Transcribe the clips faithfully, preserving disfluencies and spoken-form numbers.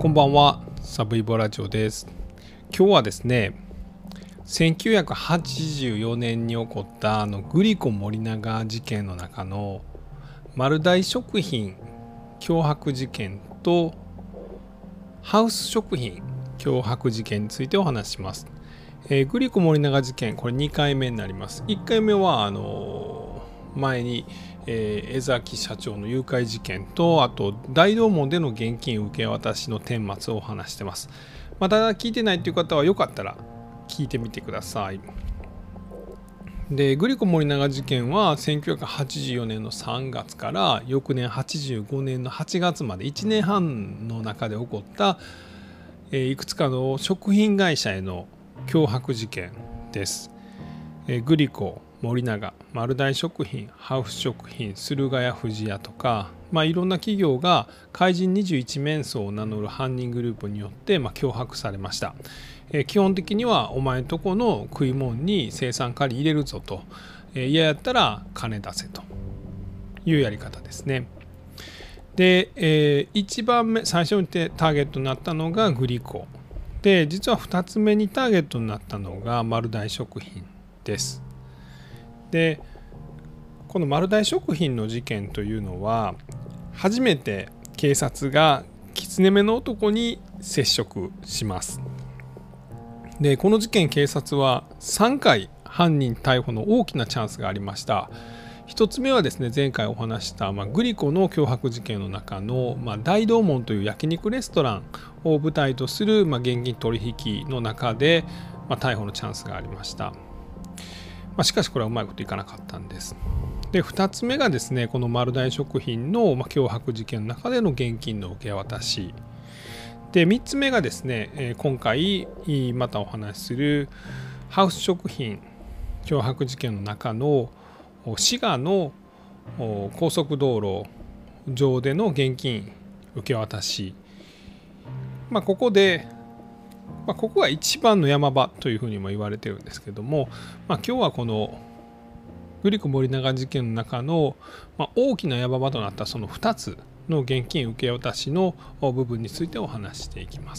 こんばんは、サブイボラジオです。今日はですね、せんきゅうひゃくはちじゅうよねんに起こったあのグリコ森永事件の中の丸大食品脅迫事件とハウス食品脅迫事件についてお話しします。えー、グリコ森永事件、これにかいめになります。いっかいめはあのー、前に、えー、江崎社長の誘拐事件と、あと大同門での現金受け渡しの顛末をお話してます。まだ聞いてないという方はよかったら聞いてみてください。でグリコ森永事件はせんきゅうひゃくはちじゅうよねんのさんがつから翌年はちじゅうごねんのはちがつまでいちねんはんの中で起こった、えー、いくつかの食品会社への脅迫事件です。えー、グリコ森永、丸大食品、ハウス食品、駿河屋富士屋とか、まあ、いろんな企業が怪人にじゅういち面相を名乗る犯人グループによって、まあ、脅迫されました。えー、基本的にはお前んとこの食い物に生産カリ入れるぞと、えー、嫌やったら金出せというやり方ですね。で、えー、いちばんめ最初にターゲットになったのがグリコで、実はふたつめにターゲットになったのが丸大食品です。でこの丸大食品の事件というのは初めて警察が狐目の男に接触します。でこの事件、警察はさんかい犯人逮捕の大きなチャンスがありました。ひとつめはですね、前回お話した、まあ、グリコの脅迫事件の中の、まあ、大同門という焼肉レストランを舞台とする、まあ、現金取引の中で、まあ、逮捕のチャンスがありました。まあ、しかしこれはうまいこといかなかったんです。でふたつめがですね、この丸大食品の、まあ、脅迫事件の中での現金の受け渡しで、みっつめがですね、えー、今回またお話しするハウス食品脅迫事件の中の滋賀の高速道路上での現金受け渡し、まあ、ここで、まあ、ここが一番の山場というふうにも言われてるんですけども、まあ、今日はこのグリコ森永事件の中の、まあ、大きな山場となったそのふたつの現金受け渡しの部分についてお話ししていきます。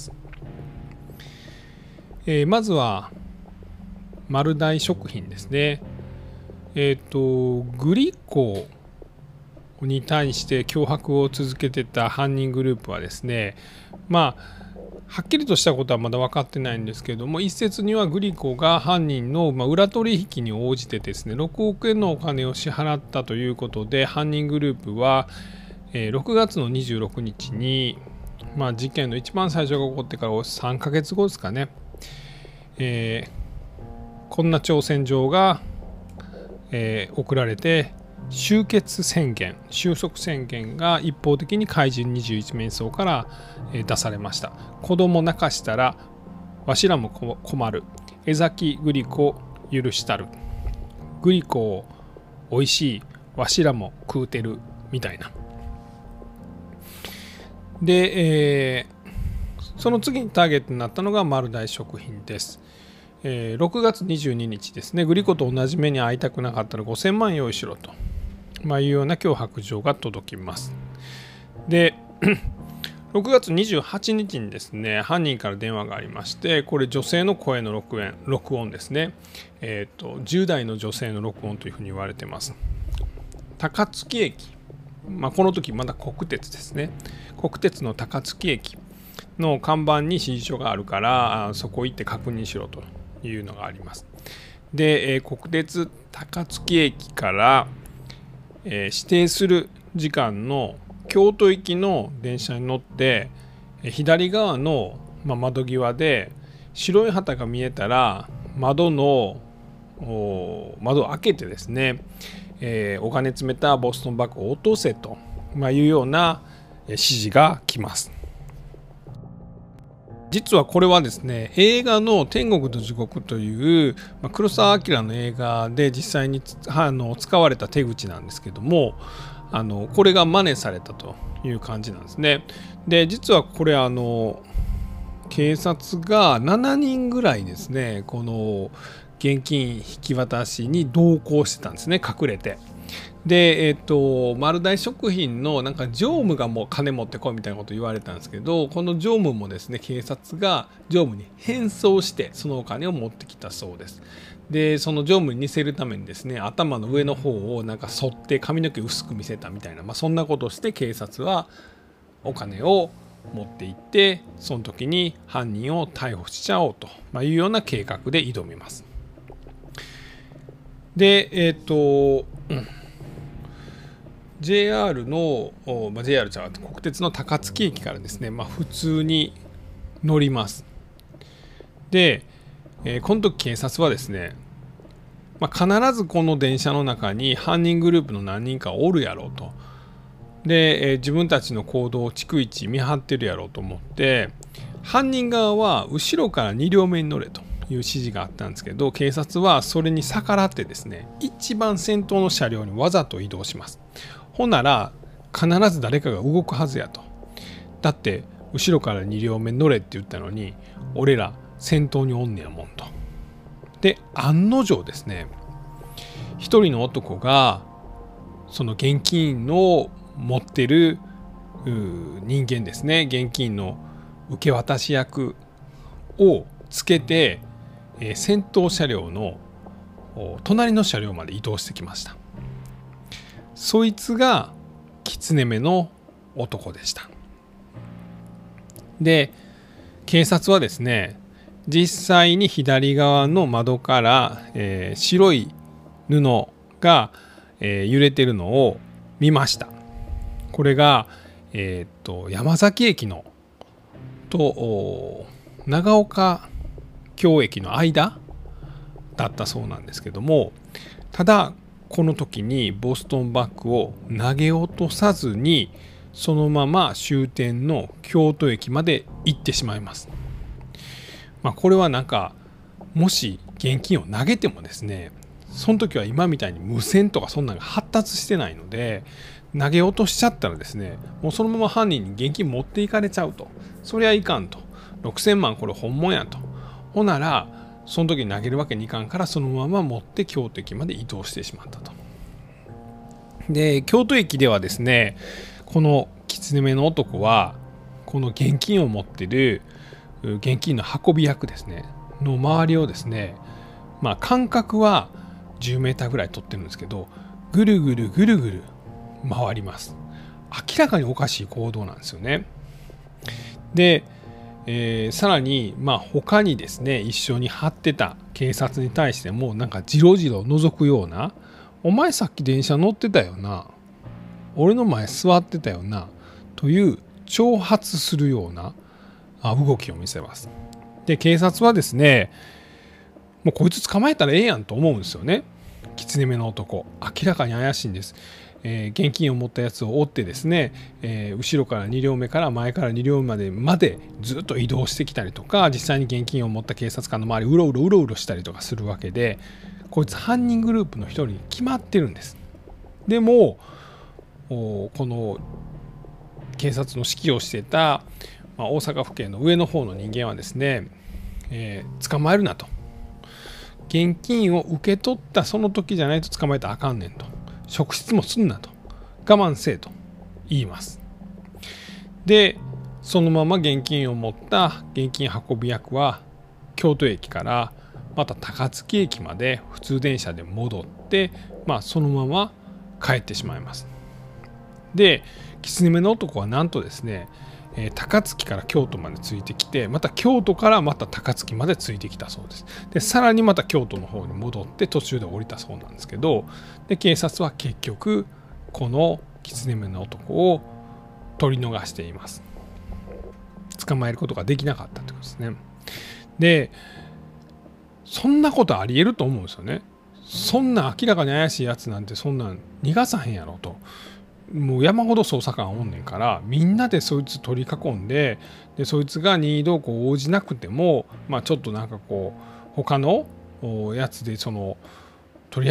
えー、まずは丸大食品ですね。えっとグリコに対して脅迫を続けてた犯人グループはですね、まあはっきりとしたことはまだ分かってないんですけれども、一説にはグリコが犯人の裏取引に応じてですねろくおくえんのお金を支払ったということで、犯人グループはろくがつのにじゅうろくにちに、まあ、事件の一番最初が起こってからさんかげつごですかね、えー、こんな挑戦状が、えー、送られて、終結宣言収束宣言が一方的に怪人にじゅういち面相から出されました。子供泣かしたらわしらも困る、江崎グリコ許したる、グリコおいしい、わしらも食うてるみたいな。で、えー、その次にターゲットになったのが丸大食品です。えー、ろくがつにじゅうににちですね、グリコと同じ目に遭いたくなかったらごせんまん用意しろと、まあ、いうような脅迫状が届きます。でろくがつにじゅうはちにちにですね、犯人から電話がありまして、これ女性の声の録音録音ですね、えーと、じゅうだいの女性の録音というふうに言われています。高槻駅、まあ、この時まだ国鉄ですね、国鉄の高槻駅の看板に指示書があるからそこ行って確認しろというのがあります。で、えー、国鉄高槻駅から、えー、指定する時間の京都行きの電車に乗って、えー、左側の、まあ、窓際で白い旗が見えたら窓の窓を開けてですね、えー、お金詰めたボストンバッグを落とせと、まあ、いうような指示が来ます。実はこれはですね、映画の天国と地獄という、まあ、黒澤明の映画で実際にあの使われた手口なんですけども、あのこれが真似されたという感じなんですね。で実はこれあの警察がしちにんぐらいですね、この現金引き渡しに同行してたんですね、隠れて。 で、えっと、丸大食品のなんか常務がもう金持ってこいみたいなこと言われたんですけど、この常務もですね、警察が常務に変装してそのお金を持ってきたそうです。で、その常務に似せるためにですね、頭の上の方をなんか剃って髪の毛薄く見せたみたいな、まあ、そんなことをして警察はお金を持っていって、その時に犯人を逮捕しちゃおうというような計画で挑みます。で、えっと、うん、ジェイアール の、まあ、ジェイアール じゃなくて国鉄の高槻駅からですね、まあ、普通に乗ります。で、えー、この時警察はですね、まあ、必ずこの電車の中に犯人グループの何人かおるやろうと。で、えー、自分たちの行動を逐一見張ってるやろうと思って、犯人側は後ろからに両目に乗れという指示があったんですけど、警察はそれに逆らってですね、一番先頭の車両にわざと移動します。ほんなら必ず誰かが動くはずやと。だって後ろからに両目乗れって言ったのに俺ら先頭におんねやもんと。で、案の定ですね、一人の男がその現金の持ってる人間ですね、現金の受け渡し役をつけて、えー、先頭車両の隣の車両まで移動してきました。そいつが狐目の男でした。で、警察はですね、実際に左側の窓から、えー、白い布が、えー、揺れてるのを見ました。これが、えー、っと山崎駅のと長岡京駅の間だったそうなんですけども、ただこの時にボストンバッグを投げ落とさずにそのまま終点の京都駅まで行ってしまいます。まあ、これはなんかもし現金を投げてもですね、その時は今みたいに無線とかそんなのが発達してないので、投げ落としちゃったらですね、もうそのまま犯人に現金持っていかれちゃうと。そりゃいかんと。ろくせんまんこれ本物やと。ほならその時に投げるわけにいかんから、そのまま持って京都駅まで移動してしまったと。で、京都駅ではですね、この狐目の男はこの現金を持ってる現金の運び役ですねの周りをですね、まあ間隔はじゅうメーターぐらい取ってるんですけど、ぐるぐるぐるぐる回ります。明らかにおかしい行動なんですよね。で、えー、さらにまあ他にですね、一緒に張ってた警察に対してもなんかじろじろ覗くような、お前さっき電車乗ってたよな、俺の前座ってたよなという挑発するような動きを見せます。で、警察はですね、もうこいつ捕まえたらええやんと思うんですよね。狐目の男、明らかに怪しいんです。えー、現金を持ったやつを追ってですね、えー、後ろからに両目から前からに両目までまでずっと移動してきたりとか、実際に現金を持った警察官の周りうろうろうろうろしたりとかするわけで、こいつ犯人グループの一人に決まってるんです。でもこの警察の指揮をしてた、まあ、大阪府警の上の方の人間はですね、えー、捕まえるなと。現金を受け取ったその時じゃないと捕まえたらあかんねんと。職質もすんなと。我慢せえと言います。で、そのまま現金を持った現金運び役は京都駅からまた高槻駅まで普通電車で戻って、まあ、そのまま帰ってしまいます。で、狐目の男はなんとですね、えー、高槻から京都までついてきて、また京都からまた高槻までついてきたそうです。で、さらにまた京都の方に戻って途中で降りたそうなんですけど、で、警察は結局この狐目の男を取り逃しています。捕まえることができなかったということですね。で、そんなことありえると思うんですよね。そんな明らかに怪しいやつなんてそんなん逃がさへんやろと。もう山ほど捜査官おんねんから、みんなでそいつ取り囲んで、でそいつが任意同行応じなくても、まあ、ちょっとなんかこう他のやつでそのとりあえず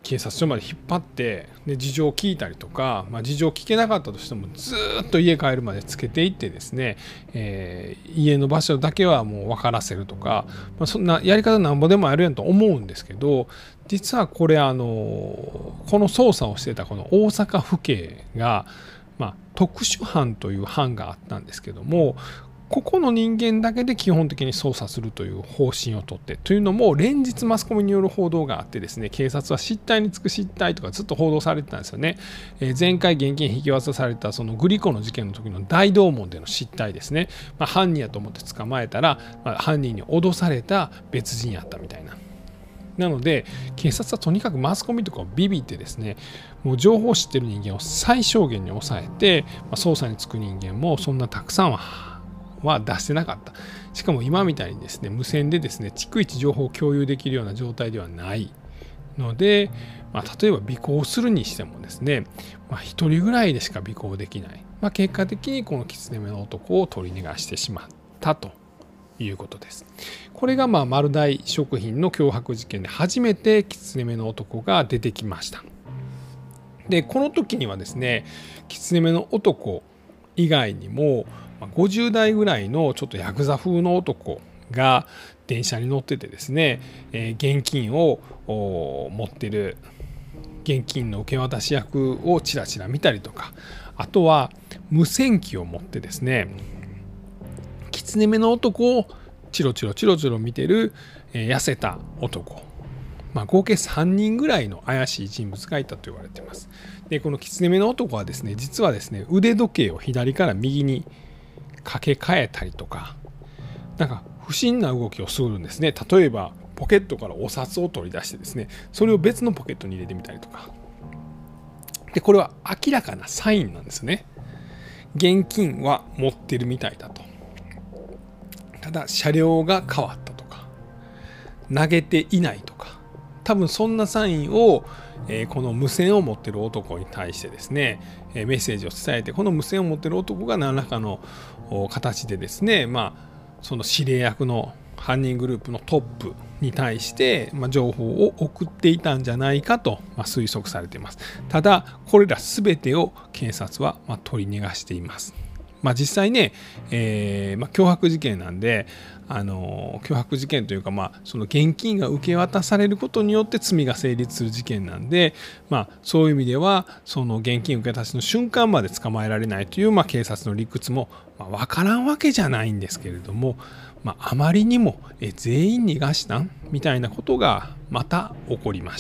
警察署まで引っ張ってで事情を聞いたりとか、まあ、事情を聞けなかったとしてもずっと家帰るまでつけていってですね、えー、家の場所だけはもう分からせるとか、まあ、そんなやり方なんぼでもあるやんと思うんですけど、実はこれあのこの捜査をしてたこの大阪府警が、まあ、特殊班という班があったんですけども、ここの人間だけで基本的に捜査するという方針をとって、というのも連日マスコミによる報道があってですね、警察は失態につく失態とかずっと報道されてたんですよね。えー、前回現金引き渡されたそのグリコの事件の時の大同門での失態ですね、まあ、犯人やと思って捕まえたら、まあ、犯人に脅された別人やったみたいな。なので警察はとにかくマスコミとかをビビってですね、もう情報を知ってる人間を最小限に抑えて、まあ、捜査に就く人間もそんなたくさんはは出してなかった。しかも今みたいにですね無線でですね逐一情報を共有できるような状態ではないので、まあ、例えば尾行するにしてもですね、まあ、ひとりぐらいでしか尾行できない、まあ、結果的にこの狐目の男を取り逃がしてしまったということです。これがまあ丸大食品の脅迫事件で初めて狐目の男が出てきました。でこの時にはですね狐目の男以外にもごじゅう代ぐらいのちょっとヤクザ風の男が電車に乗っててですね、えー、現金を持ってる現金の受け渡し役をちらちら見たりとか、あとは無線機を持ってですね狐目の男をチロチロチロチロ見てる、えー、痩せた男、まあ、合計さんにんぐらいの怪しい人物がいたと言われています。でこの狐目の男はですね実はですね腕時計を左から右に掛け替えたりとか、なんか不審な動きをするんですね。例えばポケットからお札を取り出してですねそれを別のポケットに入れてみたりとかで、これは明らかなサインなんですね。現金は持ってるみたいだと。ただ車両が変わったとか投げていないとか、多分そんなサインをえー、この無線を持っている男に対してですね、えー、メッセージを伝えて、この無線を持っている男が何らかの形でですね、まあ、その指令役の犯人グループのトップに対して、まあ、情報を送っていたんじゃないかと、まあ、推測されています。ただこれら全てを警察は、まあ、取り逃がしています。まあ、実際ね、えーまあ、脅迫事件なんで、あの脅迫事件というか、まあ、その現金が受け渡されることによって罪が成立する事件なんで、まあ、そういう意味ではその現金受け渡しの瞬間まで捕まえられないという、まあ、警察の理屈も、まあ、分からんわけじゃないんですけれども、まあ、あまりにもえ全員逃がしたんみたいなことがまた起こりました。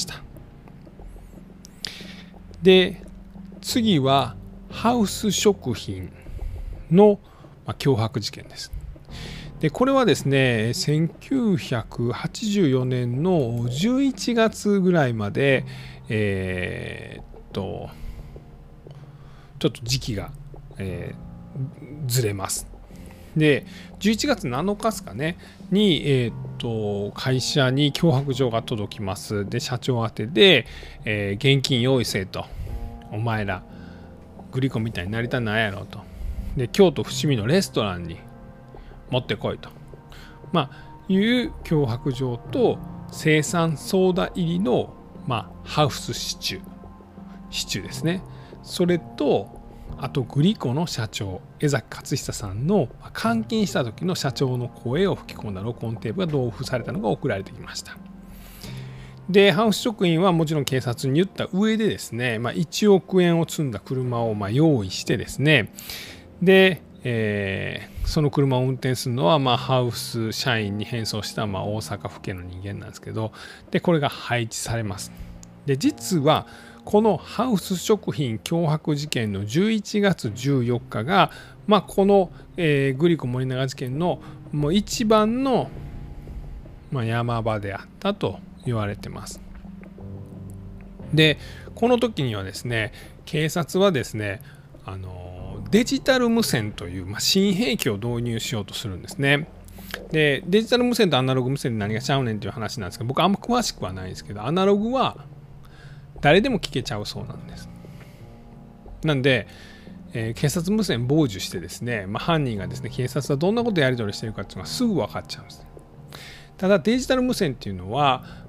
で次はハウス食品の脅迫事件です。でこれはですねせんきゅうひゃくはちじゅうよねんのじゅういちがつぐらいまで、えー、っとちょっと時期が、えー、ずれます。でじゅういちがつなのかですかねに、えー、っと会社に脅迫状が届きます。で社長宛てで、えー、現金用意せえと、お前らグリコみたいになりたないやろと、で京都伏見のレストランに持ってこいと、まあ、いう脅迫状と生産ソーダ入りの、まあ、ハウスシチューシチューですね。それとあとグリコの社長江崎勝久さんの監禁した時の社長の声を吹き込んだ録音テープが同封されたのが送られてきました。でハウス職員はもちろん警察に言った上でですね、まあ、いちおくえんを積んだ車をまあ用意してですね、で、えー、その車を運転するのはまあハウス社員に変装したまあ大阪府警の人間なんですけど、でこれが配置されます。で実はこのハウス食品脅迫事件のじゅういちがつじゅうよっかが、まあ、この、えー、グリコ森永事件のもう一番の、まあ、山場であったと言われてます。でこの時にはですね警察はですねあのデジタル無線という、まあ、新兵器を導入しようとするんですね。でデジタル無線とアナログ無線で何がちゃうねんっていう話なんですけど、僕あんま詳しくはないんですけど、アナログは誰でも聞けちゃうそうなんです。なんで、えー、警察無線傍受してですね、まあ、犯人がですね警察はどんなことやり取りしてるかっていうのがすぐ分かっちゃうんです。ただデジタル無線っていうのは、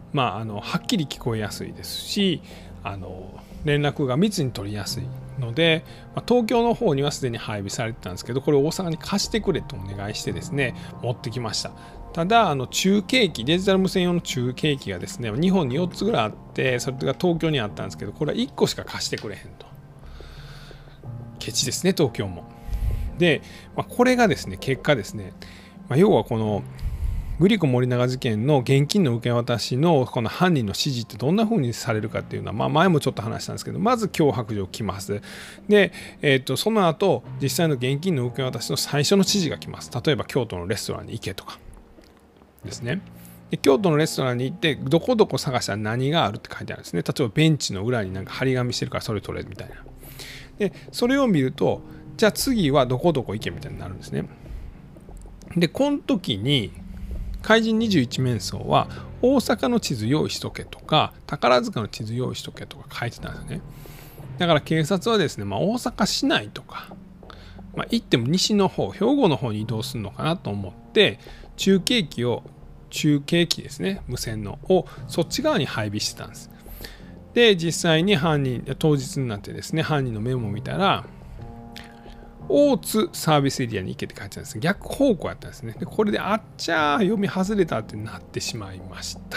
まあ、あのはっきり聞こえやすいですし、あの連絡が密に取りやすいので、まあ、東京の方にはすでに配備されてたんですけど、これを大阪に貸してくれとお願いしてですね持ってきました。ただあの中継機、デジタル無線用の中継機がですね日本によっつぐらいあって、それが東京にあったんですけど、これはいっこしか貸してくれへんと。ケチですね、東京も。で、まあ、これがですね結果ですね、まあ、要はこのグリコ森永事件の現金の受け渡しのこの犯人の指示ってどんな風にされるかっていうのは、まあ、前もちょっと話したんですけど、まず脅迫状来ます。で、えー、とその後実際の現金の受け渡しの最初の指示が来ます。例えば京都のレストランに行けとかですね。で京都のレストランに行ってどこどこ探したら何があるって書いてあるんですね。例えばベンチの裏になんか張り紙してるからそれ取れみたいな。でそれを見ると、じゃあ次はどこどこ行けみたいになるんですね。でこの時に海神にじゅういち面相は大阪の地図用意しとけとか宝塚の地図用意しとけとか書いてたんですよね。だから警察はですね、まあ、大阪市内とか、まあ、行っても西の方、兵庫の方に移動するのかなと思って中継機を中継機ですね、無線のをそっち側に配備してたんです。で実際に犯人当日になってですね犯人のメモを見たら大津サービスエリアに行けって書いてたんです。逆方向やったんですね。でこれであっちゃー読み外れたってなってしまいました。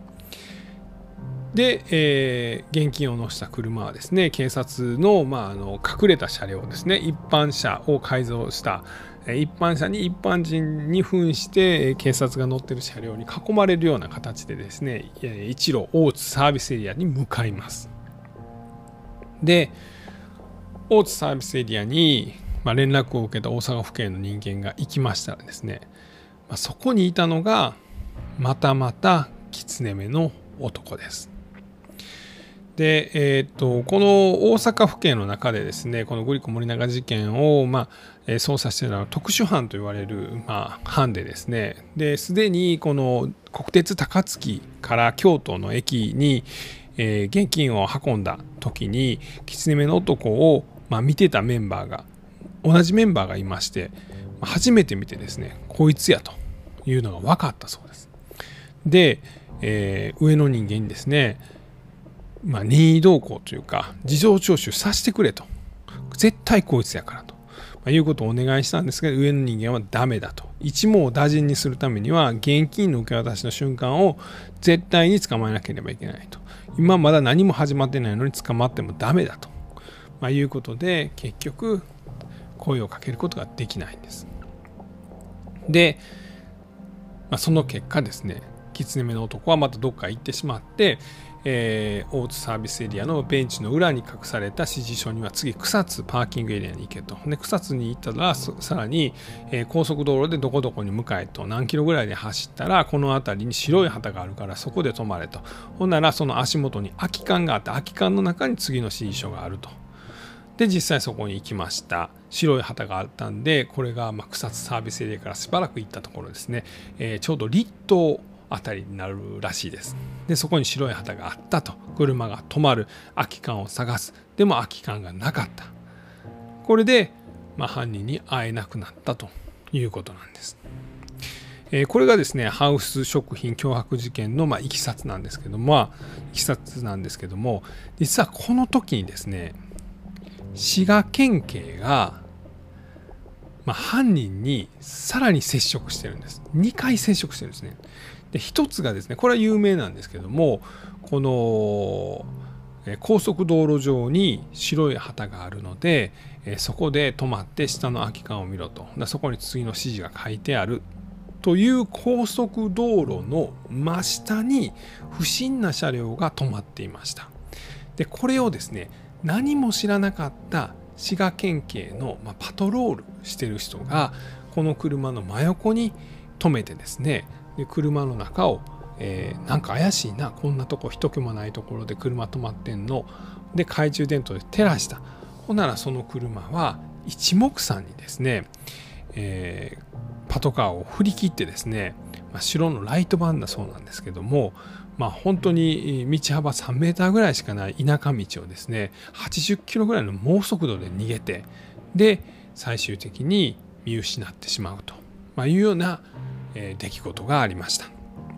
で、えー、現金を乗せた車はですね警察の、まあ、あの隠れた車両ですね、一般車を改造した一般車に一般人に扮して警察が乗っている車両に囲まれるような形でですね一路大津サービスエリアに向かいます。で大津サービスエリアに、まあ、連絡を受けた大阪府警の人間が行きましたらですね、まあ、そこにいたのがまたまた狐目の男です。で、えー、とこの大阪府警の中でですねこのグリコ森永事件を、まあ、捜査しているのは特殊班と言われる、まあ、班でですね、ですでにこの国鉄高槻から京都の駅に、えー、現金を運んだ時に狐目の男をまあ、見てたメンバーが同じメンバーがいまして、初めて見てですねこいつやというのが分かったそうです。で、えー、上の人間にですね、まあ、任意同行というか事情聴取させてくれと、絶対こいつやからと、まあ、いうことをお願いしたんですが、上の人間はダメだと、一網打尽にするためには現金の受け渡しの瞬間を絶対に捕まえなければいけないと、今まだ何も始まってないのに捕まってもダメだと、まあ、いうことで結局声をかけることができないんです。で、まあ、その結果ですね狐目の男はまたどっか行ってしまって、えー、大津サービスエリアのベンチの裏に隠された指示書には次草津パーキングエリアに行けと。で草津に行ったらさらに、えー、高速道路でどこどこに向かえと、何キロぐらいで走ったらこの辺りに白い旗があるからそこで止まれと。ほんならその足元に空き缶があって、空き缶の中に次の指示書があると。で実際そこに行きました。白い旗があったんで、これがまあ草津サービスエリアからしばらく行ったところですね、えー、ちょうど立東あたりになるらしいです。でそこに白い旗があったと、車が止まる、空き缶を探す、でも空き缶がなかった。これで、まあ、犯人に会えなくなったということなんです。えー、これがですねハウス食品脅迫事件のまあいきさつなんですけども、まあ、いきさつなんですけども、実はこの時にですね滋賀県警が、まあ、犯人にさらに接触してるんです。にかい接触してるんですね。でひとつがですね、これは有名なんですけども、この高速道路上に白い旗があるので、そこで止まって下の空き缶を見ろと、そこに次の指示が書いてあるという高速道路の真下に不審な車両が止まっていました。でこれをですね何も知らなかった滋賀県警のパトロールしてる人がこの車の真横に止めてですね、で車の中を、えー、なんか怪しいな、こんなとこ人気もないところで車止まってんので懐中電灯で照らした。ほんならその車は一目散にですね、えー、パトカーを振り切ってですね、まあ、白のライトバンだそうなんですけども、まあ、本当に道幅さんメーターぐらいしかない田舎道をですねはちじゅっキロぐらいの猛速度で逃げて、で最終的に見失ってしまうというような出来事がありました。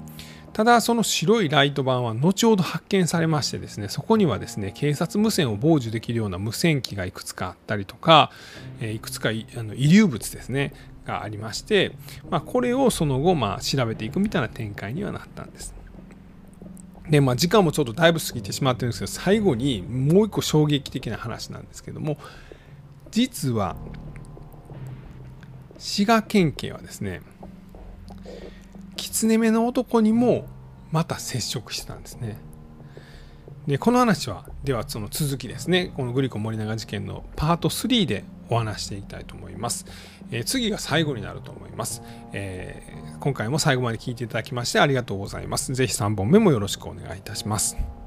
ただその白いライト板は後ほど発見されましてですね、そこにはですね警察無線を傍受できるような無線機がいくつかあったりとか、いくつかあの遺留物ですねがありまして、まあ、これをその後まあ調べていくみたいな展開にはなったんです。でまあ、時間もちょっとだいぶ過ぎてしまってるんですけど、最後にもう一個衝撃的な話なんですけども、実は滋賀県警はですね狐目の男にもまた接触してたんですね。でこの話はではその続きですね、このグリコ森永事件のパートスリーでお話していきたいと思います。えー、次が最後になると思います、えー。今回も最後まで聞いていただきましてありがとうございます。ぜひさんぼんめもよろしくお願いいたします。